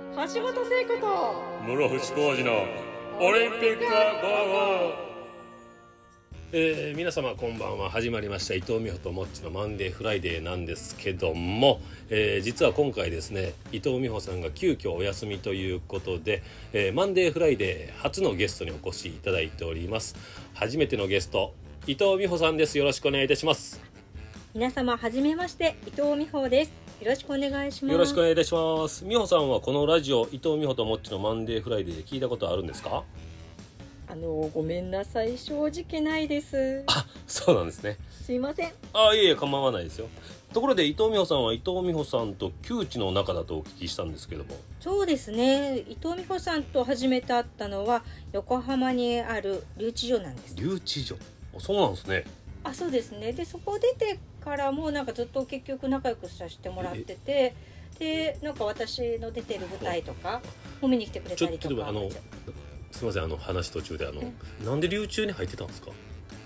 橋本聖子と室伏浩二のオリンピックゴーゴー。皆様こんばんは。始まりました伊藤美穂ともっちのマンデーフライデーなんですけども、実は今回ですね、伊藤美穂さんが急遽お休みということで、マンデーフライデー初のゲストにお越しいただいております。初めてのゲスト伊藤美穂さんです。よろしくお願いいたします。 皆様はじめまして、伊藤美穂です。よろしくお願いします。 よろしくお願いいたします。美穂さんはこのラジオ伊藤美穂ともっちのマンデーフライデーで聞いたことあるんですか？ ごめんなさい、正直ないです。 あ、そうなんですね。 すいません。 いえ構わないですよ。ところで伊藤美穂さんは伊藤美穂さんと旧知の仲だとお聞きしたんですけども。 そうですね、伊藤美穂さんと初めて会ったのは横浜にある留置所なんです。 留置所、そうなんですね。 そうですね。でそこ出てからもなんかずっと結局仲良くさせてもらってて、でなんか私の出てる舞台とかも見に来てくれたりとか。 すみません、話途中でなんで留置に入ってたんですか？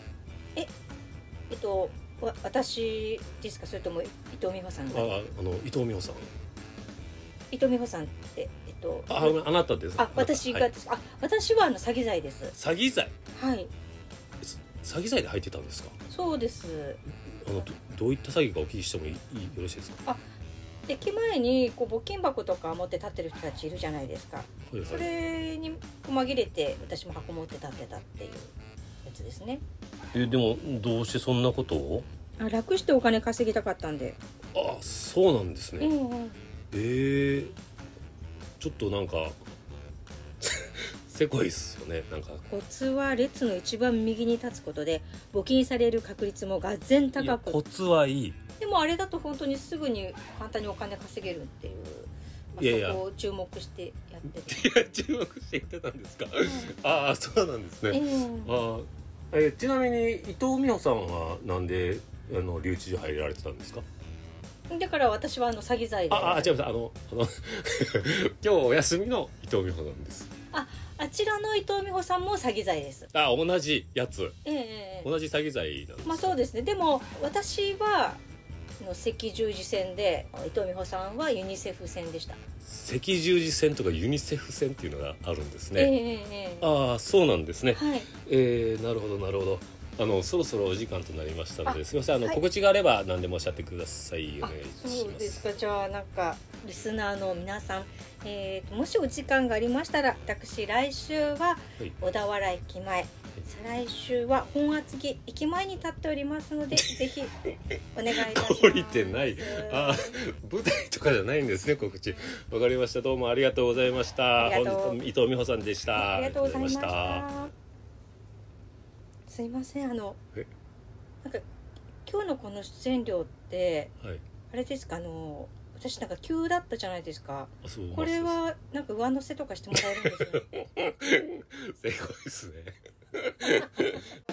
私ですか、それとも伊藤美穂さんが？ 伊藤美穂さん。 伊藤美穂さんってあなたです。 私がです。私は詐欺罪です。 詐欺罪？ はい。 詐欺罪で入ってたんですか？ そうです。 どういった詐欺かお聞きしてもよろしいですか？ 駅前に募金箱とか持って立ってる人たちいるじゃないですか。 はいはい、 それに紛れて私も箱持って立ってたっていうやつですね。 でもどうしてそんなことを？ 楽してお金稼ぎたかったんで。 そうなんですね。ちょっとなんかせこいっすよね。なんかコツは列の一番右に立つことで募金される確率もがぜん高く。 コツはいい。 でもあれだと本当にすぐに簡単にお金稼げるっていう、そこを注目してやってて。 いや注目してやってたんですか？そうなんですね。ちなみに伊藤美穂さんはなんで留置所入られてたんですか？ だから私は詐欺罪で。 違います。今日お休みの伊藤美穂なんです。 あちらの伊藤美穂さんも詐欺罪です。 同じやつ。同じ詐欺罪なんですか？ そうですね。でも私は赤十字戦で、伊藤美穂さんはユニセフ戦でした。 赤十字戦とかユニセフ戦っていうのがあるんですね。そうなんですね。 はい。 なるほどなるほど。そろそろお時間となりましたので、すみません、告知があれば何でもおっしゃってください。お願いします。 そうですか。じゃあなんかリスナーの皆さん、もしお時間がありましたら、私来週は小田原駅前、再来週は本厚木駅前に立っておりますので、ぜひお願いいたします。 降りてない。舞台とかじゃないんですね、告知。わかりました。どうもありがとうございました。本日伊藤美穂さんでした。 ありがとうございました。すいません、なんか今日のこの出演料って、あれですか、私なんか急だったじゃないですか。これはなんか上乗せとかしてもらえるんですよ。 すごいですね。